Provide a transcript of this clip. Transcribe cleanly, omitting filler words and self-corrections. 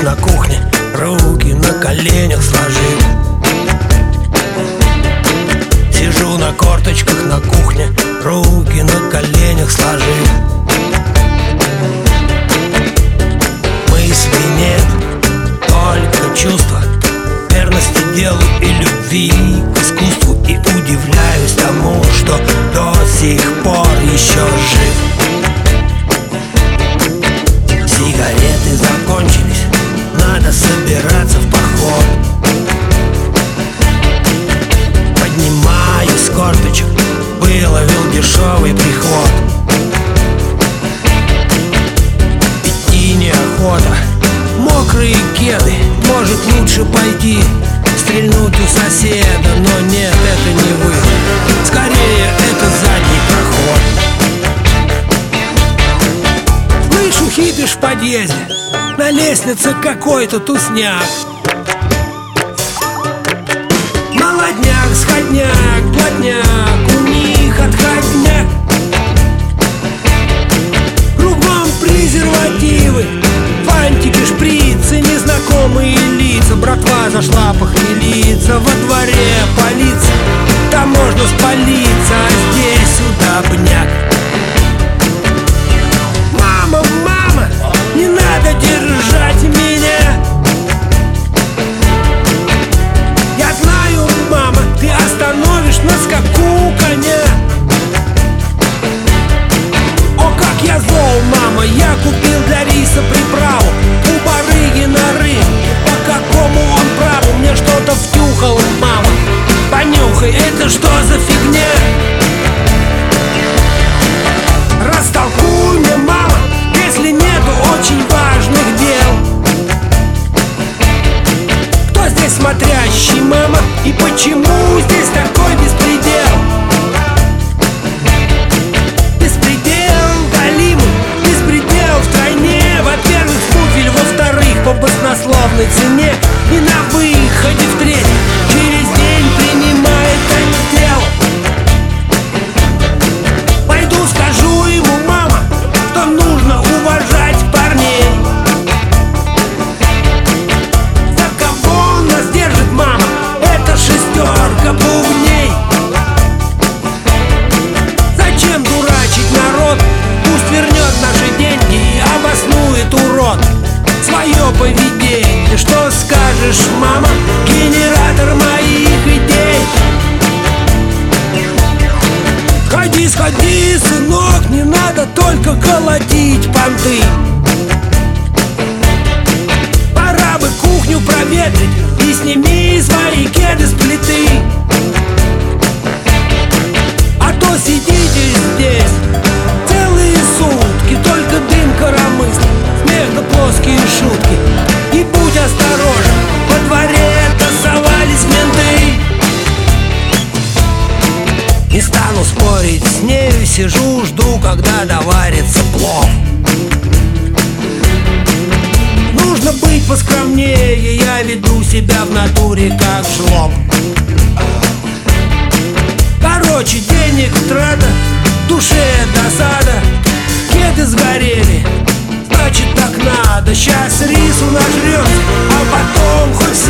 на кухне, руки на коленях сложил. Сижу на корточках на кухне, руки на коленях сложил. Мыслей нет, только чувства верности делу и любви к искусству. И удивляюсь тому, что до сих пор еще жив. Сигареты закончились, надо собираться в поход. Поднимаюсь с корточек, выловил дешевый приход. Идти неохота, мокрые кеды, может лучше пойти стрельнуть у соседа, но нет, это не вы, скорее это задний проход. Слышу, хипишь в подъезде, на лестнице какой-то тусняк. Молодняк, сходняк, плотняк, у них отходняк. Кругом презервативы, фантики, шприцы, незнакомые лица. Братва зашла похмелиться, во дворе полиция, там можно спалиться, а здесь удобняк. Мама, мама, не надо держать меня. Я знаю, мама, ты остановишь на скаку коня. О, как я зол, мама, я купил для риса приправу у барыги на рынке. По какому он праву мне что-то втюхал, мама? Понюхай, это что за фигня? Растолкуй мне, мама, если нету очень важных дел. Кто здесь смотрящий, мама, и почему здесь такой беспредел? Беспредел галимый, беспредел втройне. Во-первых, пуфель, во-вторых, по баснословной цене. И на выходе в-третьих, через день принимает отдел. Пойду скажу ему, мама, что нужно уважать парней. За кого он нас держит, мама? Это шестерка бубней. Зачем дурачить народ? Пусть вернет наши деньги и обоснует, урод, свое поведение. Что скажешь, мама, генератор моих идей? Сходи, сходи, сынок, не надо только колотить понты. Пора бы кухню проветрить и сними свои кеды с плиты. А то сидите здесь целые сутки, только дым коромыслит, смех да плоские шутки. И будь осторожен, во дворе тасовались менты. Не стану спорить с нею, сижу, жду, когда доварится плов. Нужно быть поскромнее, я веду себя в натуре как жлоб. Короче, денег трата, в душе досада. Кеды сгорели, значит так надо. Щас рису нажрется, а потом хоть